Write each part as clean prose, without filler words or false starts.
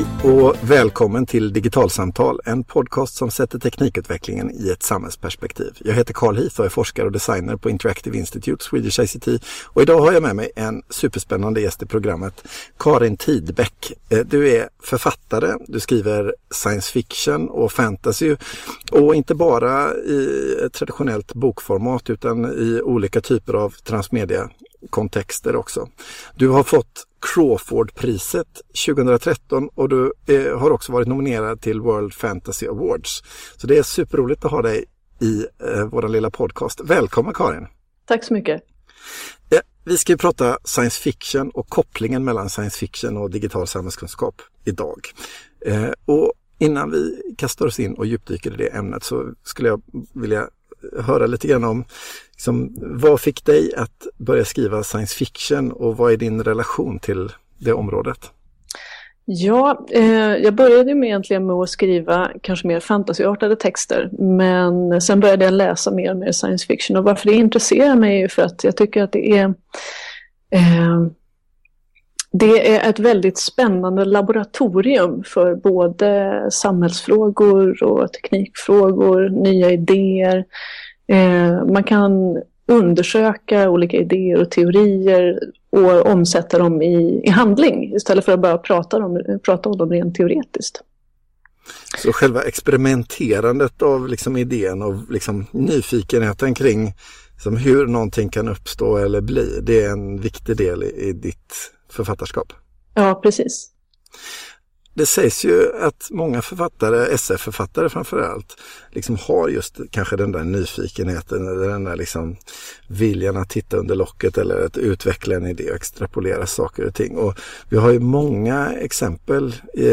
Och välkommen till Digitalsamtal, en podcast som sätter teknikutvecklingen i ett samhällsperspektiv. Jag heter Carl Heath och är forskare och designer på Interactive Institute, Swedish ICT. Och idag har jag med mig en superspännande gäst i programmet, Karin Tidbeck. Du är författare, du skriver science fiction och fantasy och inte bara i traditionellt bokformat utan i olika typer av transmedia-kontexter också. Du har fått Crawford-priset 2013 och du har också varit nominerad till World Fantasy Awards. Så det är superroligt att ha dig i vår lilla podcast. Välkommen Karin! Tack så mycket! Vi ska ju prata science fiction och kopplingen mellan science fiction och digital samhällskunskap idag. Och innan vi kastar oss in och djupdyker i det ämnet så skulle jag vilja höra lite grann om vad fick dig att börja skriva science fiction och vad är din relation till det området? Ja, jag började egentligen med att skriva kanske mer fantasyartade texter, men sen började jag läsa mer och mer science fiction. Och varför det intresserar mig är för att jag tycker att det är ett väldigt spännande laboratorium för både samhällsfrågor och teknikfrågor, nya idéer. Man kan undersöka olika idéer och teorier och omsätta dem i handling istället för att bara prata om dem rent teoretiskt. Så själva experimenterandet av idén och nyfikenheten kring hur någonting kan uppstå eller bli, det är en viktig del i ditt författarskap. Ja, precis. Det sägs ju att många författare, SF-författare framförallt, har just kanske den där nyfikenheten eller den där viljan att titta under locket eller att utveckla en idé och extrapolera saker och ting. Och vi har ju många exempel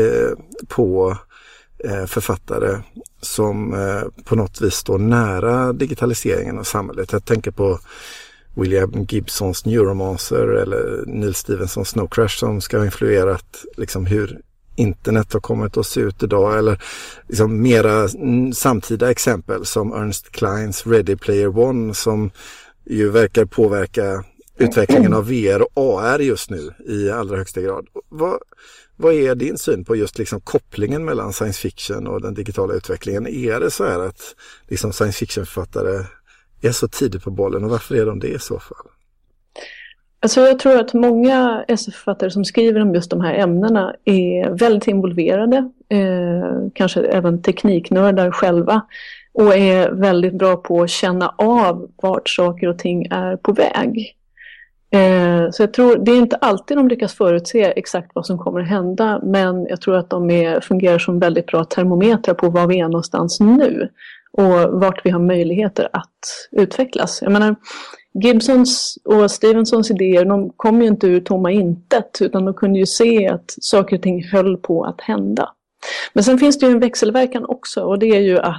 på författare som på något vis står nära digitaliseringen av samhället. Jag tänker på William Gibsons Neuromancer eller Neil Stephensons Snow Crash som ska ha influerat hur internet har kommit att se ut idag, eller mera samtida exempel som Ernest Clines Ready Player One som ju verkar påverka utvecklingen av VR och AR just nu i allra högsta grad. Vad är din syn på just kopplingen mellan science fiction och den digitala utvecklingen? Är det så här att science fiction-författare är så tidigt på bollen och varför är de det i så fall? Alltså jag tror att många SF-författare som skriver om just de här ämnena är väldigt involverade, kanske även tekniknördar själva, och är väldigt bra på att känna av vart saker och ting är på väg. Så jag tror det är inte alltid de lyckas förutse exakt vad som kommer att hända, men jag tror att de fungerar som väldigt bra termometrar på var vi är någonstans nu och vart vi har möjligheter att utvecklas. Jag menar, Gibsons och Stephensons idéer, de kom ju inte ur tomma intet, utan de kunde ju se att saker och ting höll på att hända. Men sen finns det ju en växelverkan också, och det är ju att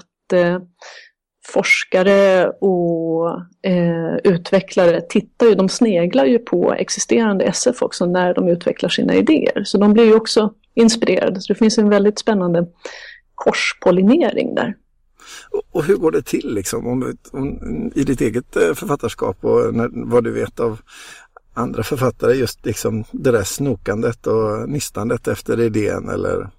forskare och utvecklare de sneglar ju på existerande SF också när de utvecklar sina idéer. Så de blir ju också inspirerade, så det finns en väldigt spännande korspollinering där. Och hur går det till i ditt eget författarskap och vad du vet av andra författare, just det där snokandet och nystandet efter idén, eller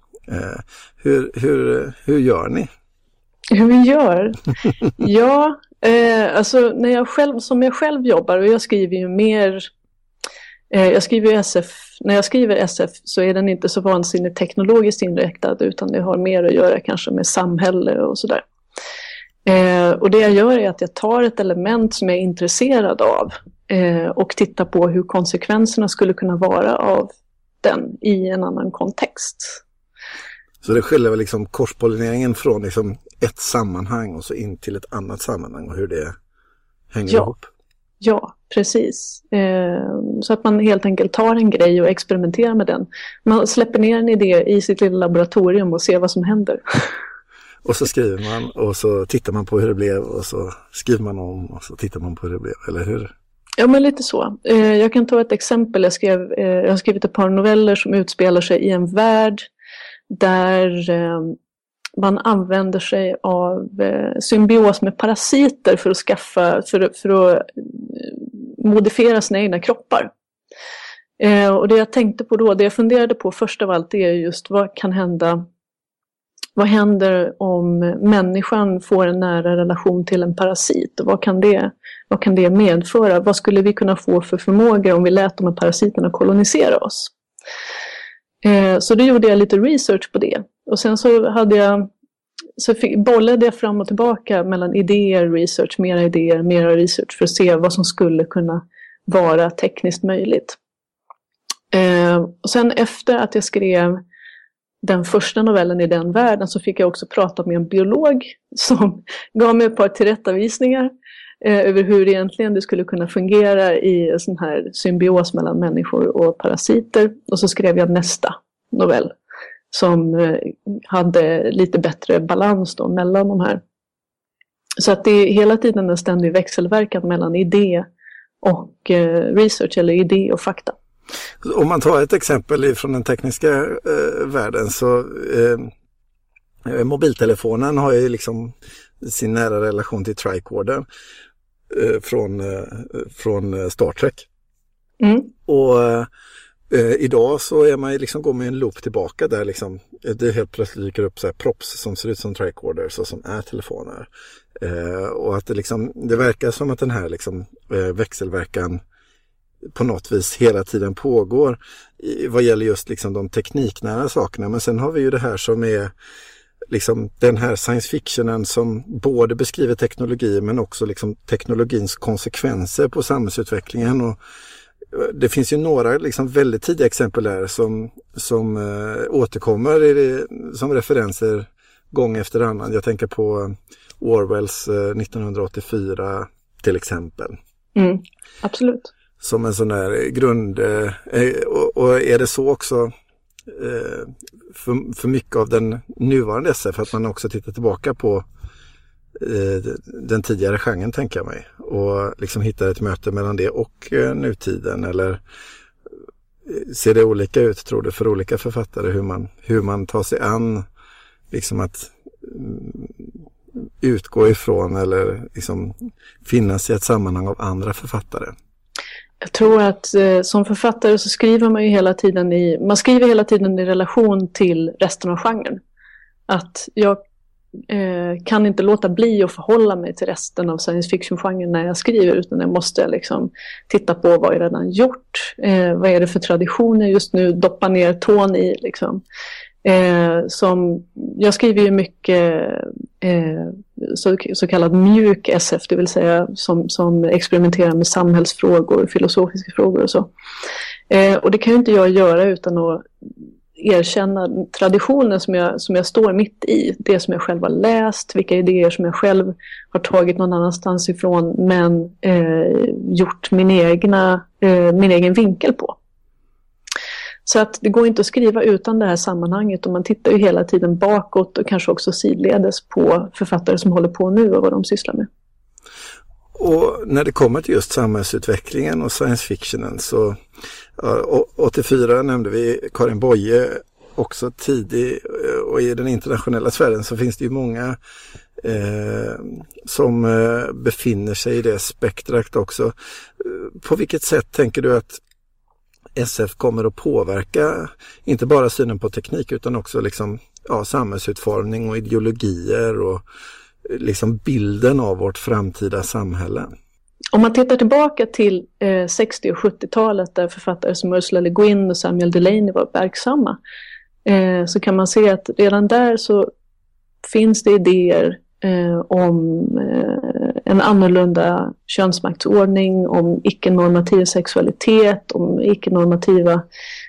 hur gör ni? Hur vi gör? Ja, alltså som jag själv jobbar, och jag skriver ju mer, jag skriver ju SF, när jag skriver SF så är den inte så vansinnigt teknologiskt inriktad, utan det har mer att göra kanske med samhälle och sådär. Och det jag gör är att jag tar ett element som jag är intresserad av och tittar på hur konsekvenserna skulle kunna vara av den i en annan kontext. Så det skiljer väl korspollineringen från ett sammanhang och så in till ett annat sammanhang och hur det hänger ihop? Ja, precis. Så att man helt enkelt tar en grej och experimenterar med den. Man släpper ner en idé i sitt lilla laboratorium och ser vad som händer. Och så skriver man och så tittar man på hur det blev och så skriver man om och så tittar man på hur det blev, eller hur? Ja, men lite så. Jag kan ta ett exempel. Jag har skrivit ett par noveller som utspelar sig i en värld där man använder sig av symbios med parasiter för att modifiera sina egna kroppar. Och det jag tänkte på då, det jag funderade på först av allt, är just vad kan hända. Vad händer om människan får en nära relation till en parasit? Och vad kan det medföra? Vad skulle vi kunna få för förmågor om vi lät de här parasiterna kolonisera oss? Så då gjorde jag lite research på det. Och sen så bollade jag fram och tillbaka mellan idéer, research, mera research för att se vad som skulle kunna vara tekniskt möjligt. Och sen efter att jag skrev den första novellen i den världen så fick jag också prata med en biolog som gav mig ett par tillrättavisningar över hur egentligen det skulle kunna fungera i en sån här symbios mellan människor och parasiter. Och så skrev jag nästa novell som hade lite bättre balans då mellan de här. Så att det är hela tiden en ständig växelverkan mellan idé och research, eller idé och fakta. Om man tar ett exempel från den tekniska världen, så mobiltelefonen har ju liksom sin nära relation till tricorder från Star Trek. Mm. Och idag så är man ju liksom, går man en loop tillbaka där liksom, det helt plötsligt dyker upp så här props som ser ut som tricorders och som är telefoner. Och att det verkar som att den här liksom, växelverkan på något vis hela tiden pågår vad gäller just liksom de tekniknära sakerna. Men sen har vi ju det här som är liksom den här science fictionen som både beskriver teknologi men också liksom teknologins konsekvenser på samhällsutvecklingen. Och det finns ju några liksom väldigt tidiga exempel där som återkommer som referenser gång efter annan. Jag tänker på Orwells 1984 till exempel. Absolut. Som en sån där grund, och är det så också för mycket av den nuvarande SF, att man också tittar tillbaka på den tidigare genren, tänker jag mig, och liksom hittar ett möte mellan det och nutiden, eller ser det olika ut, tror du, för olika författare, hur man tar sig an liksom att utgå ifrån eller liksom finnas i ett sammanhang av andra författare? Jag tror att som författare så skriver man ju hela tiden i relation till resten av genren. Att jag kan inte låta bli att förhålla mig till resten av science fiction-genren när jag skriver, utan jag måste liksom titta på vad jag redan gjort. Vad är det för traditioner just nu, doppa ner tån i liksom. Jag skriver ju mycket så kallad mjuk SF, det vill säga som experimenterar med samhällsfrågor, filosofiska frågor och så. Och det kan ju inte jag göra utan att erkänna traditionen som jag står mitt i, det som jag själv har läst, vilka idéer som jag själv har tagit någon annanstans ifrån, men gjort min egen vinkel på. Så att det går inte att skriva utan det här sammanhanget, och man tittar ju hela tiden bakåt och kanske också sidledes på författare som håller på nu och vad de sysslar med. Och när det kommer till just samhällsutvecklingen och science fictionen, så 84 nämnde vi Karin Boye, också tidig, och i den internationella sfären så finns det ju många som befinner sig i det spektrat också. På vilket sätt tänker du att SF kommer att påverka inte bara synen på teknik utan också liksom, samhällsutformning och ideologier och liksom bilden av vårt framtida samhälle? Om man tittar tillbaka till 60- och 70-talet där författare som Ursula Le Guin och Samuel Delany var verksamma, så kan man se att redan där så finns det idéer om en annorlunda könsmaktsordning, om icke-normativ sexualitet, om icke-normativa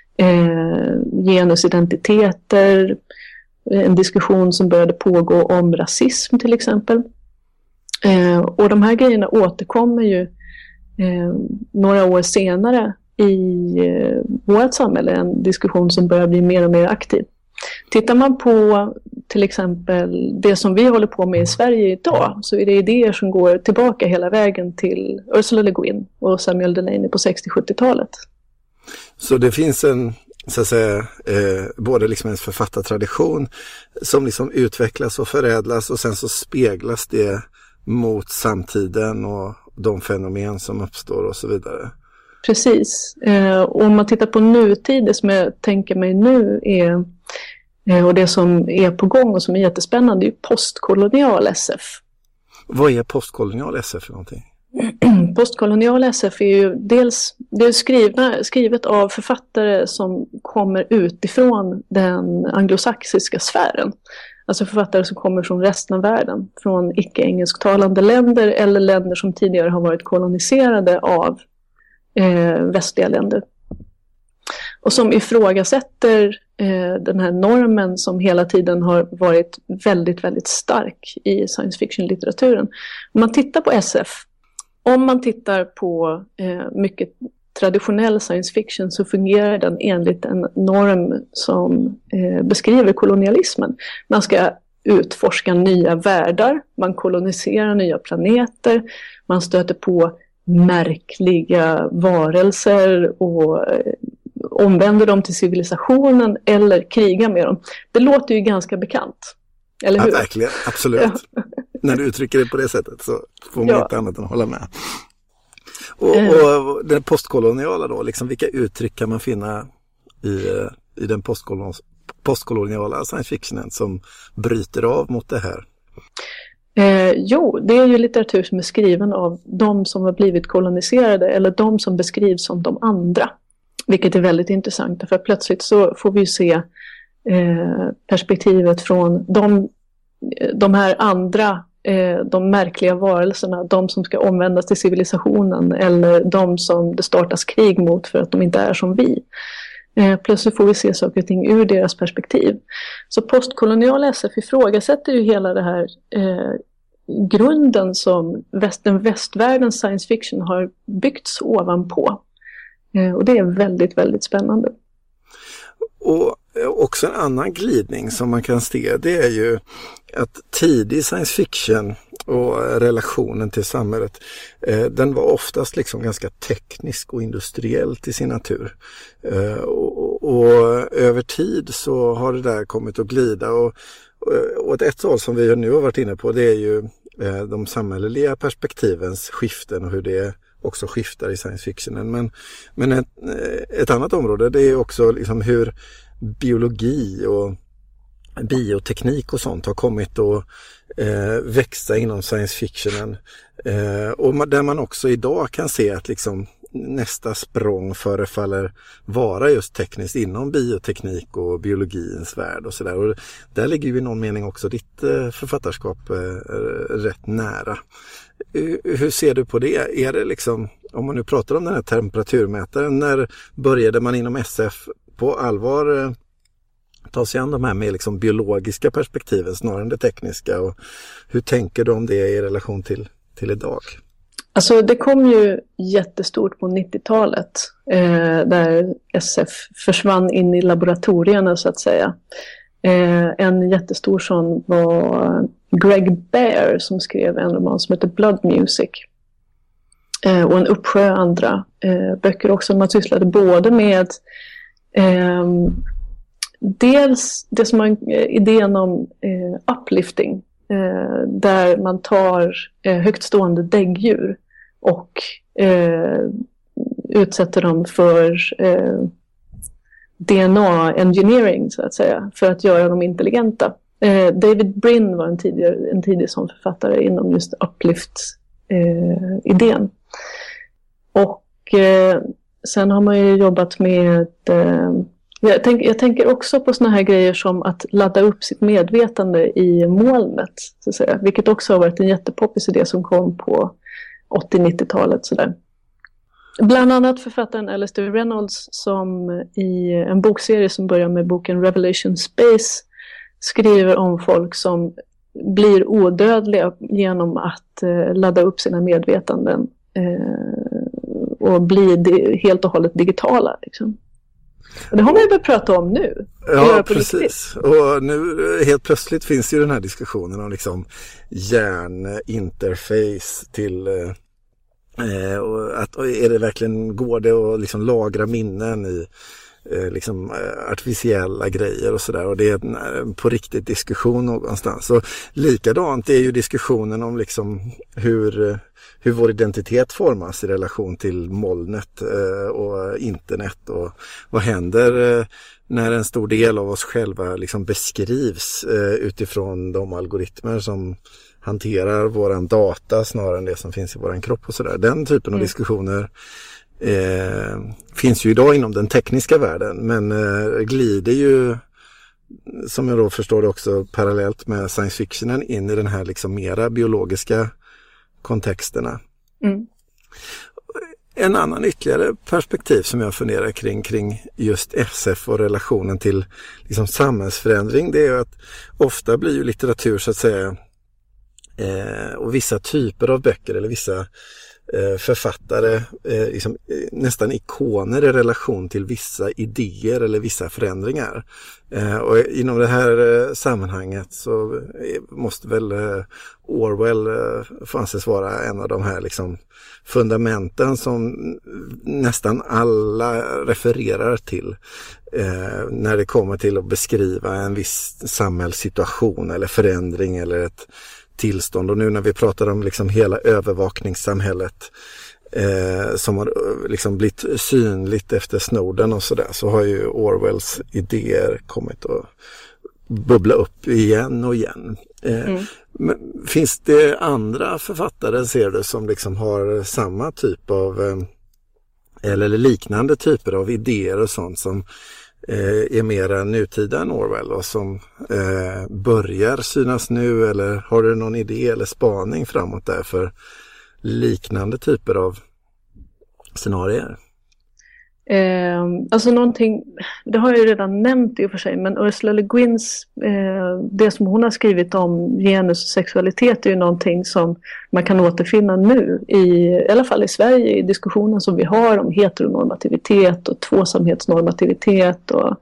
genusidentiteter, en diskussion som började pågå om rasism till exempel. Och de här grejerna återkommer ju några år senare i vårt samhälle, en diskussion som börjar bli mer och mer aktiv. Tittar man på till exempel det som vi håller på med i Sverige idag, så är det idéer som går tillbaka hela vägen till Ursula Le Guin och Samuel Delany på 60-70-talet. Så det finns en, så att säga, både liksom en författartradition som liksom utvecklas och förädlas, och sen så speglas det mot samtiden och de fenomen som uppstår och så vidare. precis. Och om man tittar på nutid, det som jag tänker mig nu är, och det som är på gång och som är jättespännande, är postkolonial SF. Vad är postkolonial SF för någonting? Postkolonial SF är ju dels det är skrivet av författare som kommer utifrån den anglosaxiska sfären. Alltså författare som kommer från resten av världen, från icke-engelsktalande länder eller länder som tidigare har varit koloniserade av västliga länder. Och som ifrågasätter den här normen som hela tiden har varit väldigt, väldigt stark i science fiction-litteraturen. Om man tittar på SF, om man tittar på mycket traditionell science fiction, så fungerar den enligt en norm som beskriver kolonialismen. Man ska utforska nya världar, man koloniserar nya planeter, man stöter på märkliga varelser och omvänder dem till civilisationen eller krigar med dem. Det låter ju ganska bekant, eller hur? Ja, verkligen, absolut. Ja. När du uttrycker det på det sättet så får man inte annat än att hålla med. Och den postkoloniala då, liksom, vilka uttryck kan man finna i den postkoloniala science fictionen som bryter av mot det här? Jo, det är ju litteratur som är skriven av de som har blivit koloniserade eller de som beskrivs som de andra. Vilket är väldigt intressant, för plötsligt så får vi se perspektivet från de här andra, de märkliga varelserna, de som ska omvändas till civilisationen eller de som det startas krig mot för att de inte är som vi. Plötsligt får vi se saker och ting ur deras perspektiv. Så postkolonial SF ifrågasätter ju hela det här grunden som västvärldens science fiction har byggts ovanpå. Och det är väldigt, väldigt spännande. Och också en annan glidning som man kan se, det är ju att tidig science fiction och relationen till samhället, den var oftast liksom ganska teknisk och industriell till sin natur. Och över tid så har det där kommit att glida, och ett håll som vi nu har varit inne på, det är ju de samhälleliga perspektivens skiften och hur det också skiftar i science fictionen. Men ett annat område, det är också liksom hur biologi och bioteknik och sånt har kommit att växa inom science fictionen. Och där man också idag kan se att liksom nästa språng förefaller vara just tekniskt inom bioteknik och biologins värld och sådär. Och där ligger ju i någon mening också ditt författarskap rätt nära. Hur ser du på det? Är det liksom, om man nu pratar om den här temperaturmätaren, när började man inom SF på allvar ta sig an de här med liksom biologiska perspektiven snarare än det tekniska, och hur tänker du om det i relation till idag? Alltså det kom ju jättestort på 90-talet där SF försvann in i laboratorierna så att säga. En jättestor sån var Greg Bear som skrev en roman som heter Blood Music. Och en uppsjö andra böcker också. Man sysslade både med dels det som man idén om uplifting, där man tar högtstående däggdjur och utsätter dem för DNA-engineering så att säga, för att göra dem intelligenta. David Brin var en tidig sån författare inom just uplift-idén. Och sen har man ju jobbat med jag tänker också på såna här grejer som att ladda upp sitt medvetande i molnet, så att säga, vilket också har varit en jättepoppis idé som kom på 80-90-talet sådär. Bland annat författaren Alastair Reynolds, som i en bokserie som börjar med boken Revelation Space skriver om folk som blir odödliga genom att ladda upp sina medvetanden och bli helt och hållet digitala liksom. Och det har man ju börjat prata om nu. Ja, precis. Riktigt. Och nu helt plötsligt finns ju den här diskussionen om liksom hjärninterface till och att är det verkligen, går det att liksom lagra minnen liksom artificiella grejer och sådär, och det är en på riktigt diskussion någonstans. Och likadant är ju diskussionen om liksom hur vår identitet formas i relation till molnet och internet, och vad händer när en stor del av oss själva liksom beskrivs utifrån de algoritmer som hanterar våran data snarare än det som finns i våran kropp och sådär. Den typen av diskussioner finns ju idag inom den tekniska världen, men glider ju, som jag då förstår det, också parallellt med science fictionen in i den här liksom mera biologiska kontexterna. En annan ytterligare perspektiv som jag funderar kring just SF och relationen till liksom samhällsförändring, det är ju att ofta blir ju litteratur så att säga och vissa typer av böcker eller vissa författare liksom, nästan ikoner i relation till vissa idéer eller vissa förändringar. Och inom det här sammanhanget så måste väl Orwell få anses vara en av de här liksom fundamenten som nästan alla refererar till när det kommer till att beskriva en viss samhällssituation eller förändring eller ett tillstånd. Och nu när vi pratar om liksom hela övervakningssamhället som har liksom blivit synligt efter Snowden och sådär, så har ju Orwells idéer kommit att bubbla upp igen och igen. Men finns det andra författare, ser du, som liksom har samma typ av eller liknande typer av idéer och sånt som är mera nutida än Orwell och som börjar synas nu, eller har du någon idé eller spaning framåt där för liknande typer av scenarier? Alltså någonting, det har jag ju redan nämnt i och för sig, men Ursula Le Guins, det som hon har skrivit om genus och sexualitet är ju någonting som man kan återfinna nu, i alla fall i Sverige, i diskussionen som vi har om heteronormativitet och tvåsamhetsnormativitet och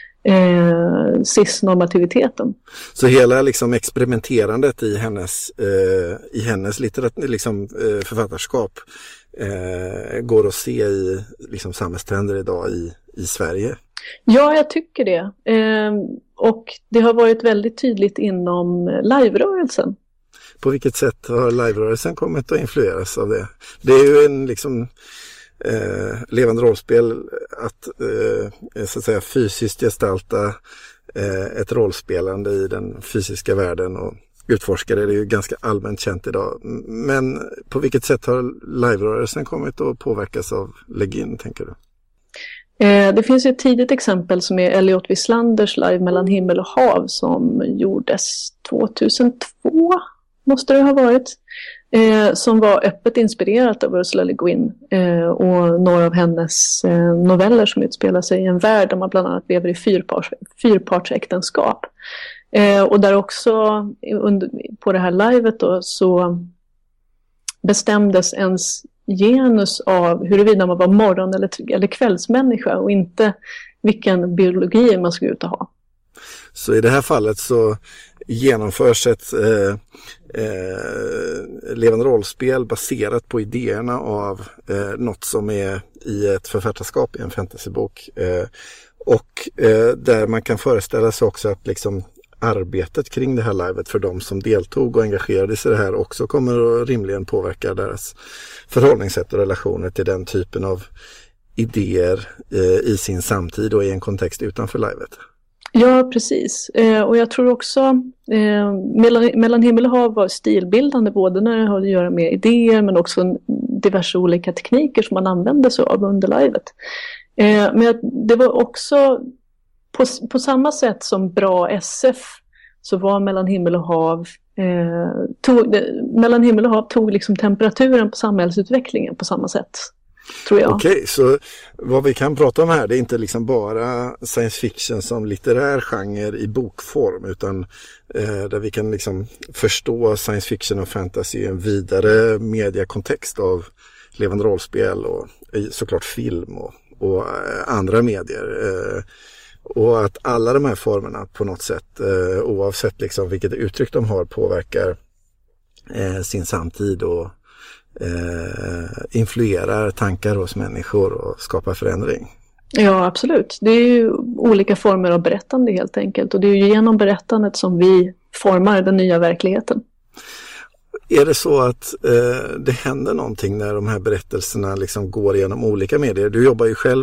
cis-normativiteten. Så hela liksom experimenterandet i hennes liksom, författarskap går att se i liksom samhällstrender idag i Sverige? Ja, jag tycker det. Och det har varit väldigt tydligt inom live-rörelsen. På vilket sätt har live-rörelsen kommit att influeras av det? Det är ju en liksom levande rollspel att så att säga fysiskt gestalta ett rollspelande i den fysiska världen, och utforskare är det ju ganska allmänt känt idag. Men på vilket sätt har live-rörelsen kommit att påverkas av Le Guin, tänker du? Det finns ett tidigt exempel som är Elliot Wislanders live Mellan himmel och hav som gjordes 2002, måste det ha varit. Som var öppet inspirerat av Ursula Le Guin och några av hennes noveller som utspelar sig i en värld där man bland annat lever i fyrpartsäktenskap. Och där också på det här livet då, så bestämdes ens genus av huruvida man var morgon- eller kvällsmänniska och inte vilken biologi man skulle ut och ha. Så i det här fallet så genomförs ett levande rollspel baserat på idéerna av något som är i ett författarskap i en fantasybok. Och där man kan föreställa sig också att liksom arbetet kring det här livet för de som deltog och engagerade sig i det här också kommer att rimligen påverka deras förhållningssätt och relationer till den typen av idéer i sin samtid och i en kontext utanför livet. Ja, precis. Och jag tror också Mellan himmel och hav var stilbildande både när det har att göra med idéer men också diverse olika tekniker som man använde sig av under livet. Men det var också på samma sätt som bra SF så var Mellan himmel och hav Mellan himmel och hav tog liksom temperaturen på samhällsutvecklingen på samma sätt, tror jag. Okej, så vad vi kan prata om här, det är inte liksom bara science fiction som litterär genre i bokform, utan där vi kan liksom förstå science fiction och fantasy i en vidare mediakontext av levande rollspel och såklart film och andra medier. Och att alla de här formerna på något sätt, oavsett liksom vilket uttryck de har, påverkar sin samtid och influerar tankar hos människor och skapar förändring. Ja, absolut. Det är ju olika former av berättande helt enkelt. Och det är ju genom berättandet som vi formar den nya verkligheten. Är det så att det händer någonting när de här berättelserna liksom går igenom olika medier? Du jobbar ju själv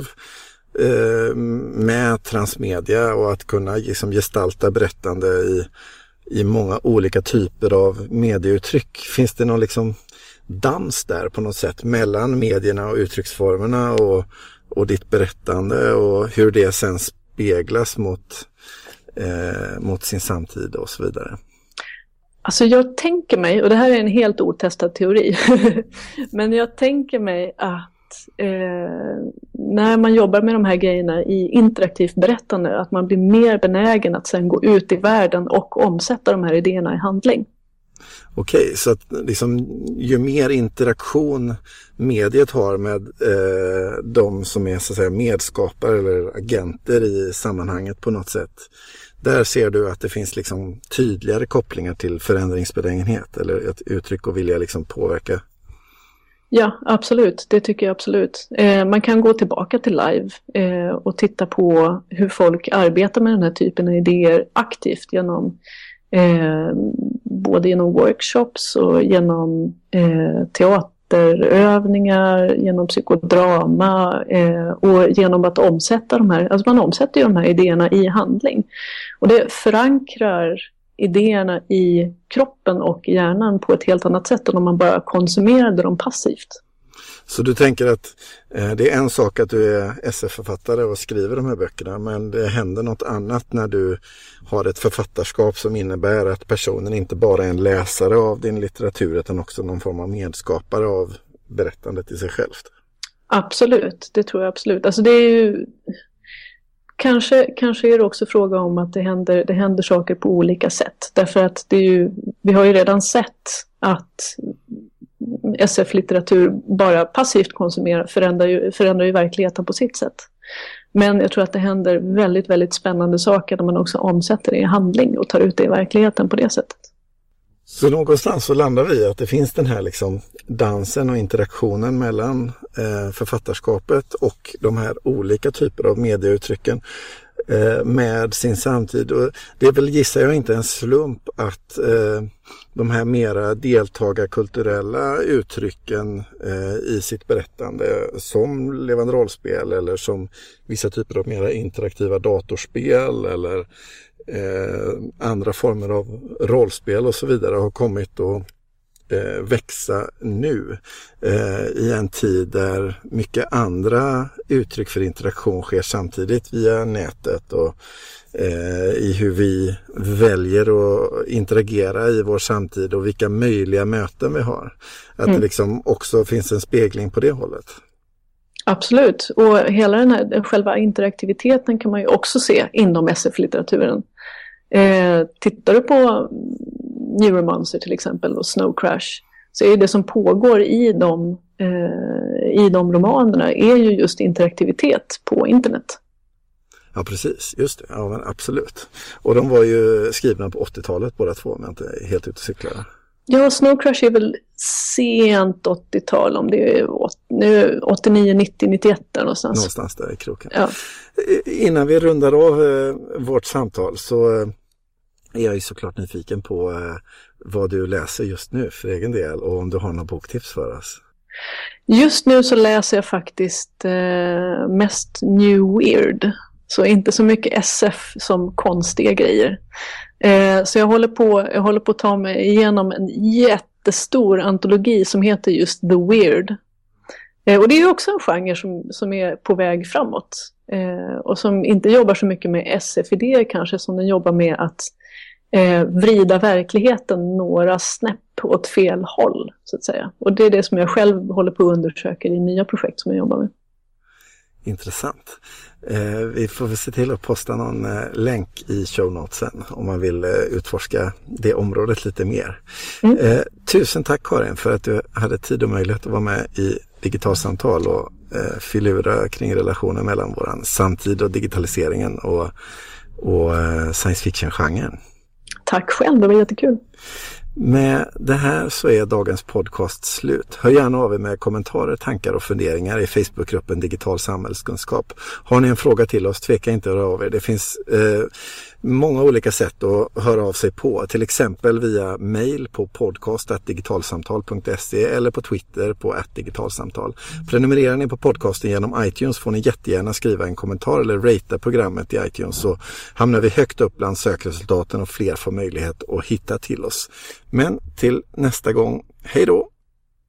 med transmedia och att kunna liksom gestalta berättande i många olika typer av medieuttryck. Finns det någon liksom dans där på något sätt mellan medierna och uttrycksformerna och ditt berättande och hur det sen speglas mot sin samtid och så vidare? Alltså jag tänker mig, och det här är en helt otestad teori, men jag tänker mig att när man jobbar med de här grejerna i interaktivt berättande, att man blir mer benägen att sen gå ut i världen och omsätta de här idéerna i handling. Okej, så att liksom, ju mer interaktion mediet har med de som är så att säga medskapare eller agenter i sammanhanget på något sätt, där ser du att det finns liksom tydligare kopplingar till förändringsbenägenhet eller ett uttryck och vilja liksom påverka. Ja, absolut. Det tycker jag absolut. Man kan gå tillbaka till live och titta på hur folk arbetar med den här typen av idéer aktivt genom både genom workshops och genom teaterövningar, genom psykodrama och genom att omsätta de här, alltså man omsätter ju de här idéerna i handling. Och det förankrar idéerna i kroppen och hjärnan på ett helt annat sätt än om man bara konsumerade dem passivt. Så du tänker att det är en sak att du är SF-författare och skriver de här böckerna, men det händer något annat när du har ett författarskap som innebär att personen inte bara är en läsare av din litteratur utan också någon form av medskapare av berättandet i sig självt. Absolut, det tror jag absolut. Alltså det är ju kanske är det också fråga om att det händer saker på olika sätt. Därför att det är ju, vi har ju redan sett att SF-litteratur bara passivt konsumerar förändrar ju verkligheten på sitt sätt. Men jag tror att det händer väldigt, väldigt spännande saker när man också omsätter det i handling och tar ut det i verkligheten på det sättet. Så någonstans så landar vi att det finns den här liksom dansen och interaktionen mellan författarskapet och de här olika typer av medieuttrycken med sin samtid. Och det är väl, gissar jag, inte en slump att de här mera deltagarkulturella uttrycken i sitt berättande som levande rollspel eller som vissa typer av mera interaktiva datorspel eller andra former av rollspel och så vidare har kommit att växa nu i en tid där mycket andra uttryck för interaktion sker samtidigt via nätet och i hur vi väljer att interagera i vår samtid och vilka möjliga möten vi har. Att det liksom också finns en spegling på det hållet. Absolut, och hela den här själva interaktiviteten kan man ju också se inom SF-litteraturen. Tittar du på Neuromancer till exempel och Snow Crash, så är det som pågår i de romanerna är ju just interaktivitet på internet. Ja, precis. Just det. Ja, men absolut. Och de var ju skrivna på 80-talet båda två, men inte helt ute och cyklar. Ja, Snow Crash är väl sent 80-tal, om det är nu 89, 90, 91 där någonstans. Någonstans där i kroken. Ja. Innan vi rundar av vårt samtal så är jag ju såklart nyfiken på vad du läser just nu för egen del och om du har några boktips för oss. Just nu så läser jag faktiskt mest New Weird. Så inte så mycket SF som konstiga grejer. Så jag håller på att ta mig igenom en jättestor antologi som heter just The Weird. Och det är ju också en genre som är på väg framåt. Och som inte jobbar så mycket med SF-idéer kanske som den jobbar med att vrida verkligheten några snäpp åt fel håll så att säga. Och det är det som jag själv håller på att undersöka i nya projekt som jag jobbar med. Intressant. Vi får väl se till att posta någon länk i show notesen om man vill utforska det området lite mer. Tusen tack Karin för att du hade tid och möjlighet att vara med i Digitalsamtal och filura kring relationen mellan våran samtid och digitaliseringen och science fiction-genren. Tack själv, det var jättekul. Med det här så är dagens podcast slut. Hör gärna av er med kommentarer, tankar och funderingar i Facebookgruppen Digital Samhällskunskap. Har ni en fråga till oss, tveka inte att höra av er. Det finns många olika sätt att höra av sig på. Till exempel via mail på podcast@digitalsamtal.se eller på Twitter på @digitalsamtal. Prenumererar ni på podcasten genom iTunes får ni jättegärna skriva en kommentar eller ratea programmet i iTunes, så hamnar vi högt upp bland sökresultaten och fler får möjlighet att hitta till oss. Men till nästa gång, hej då!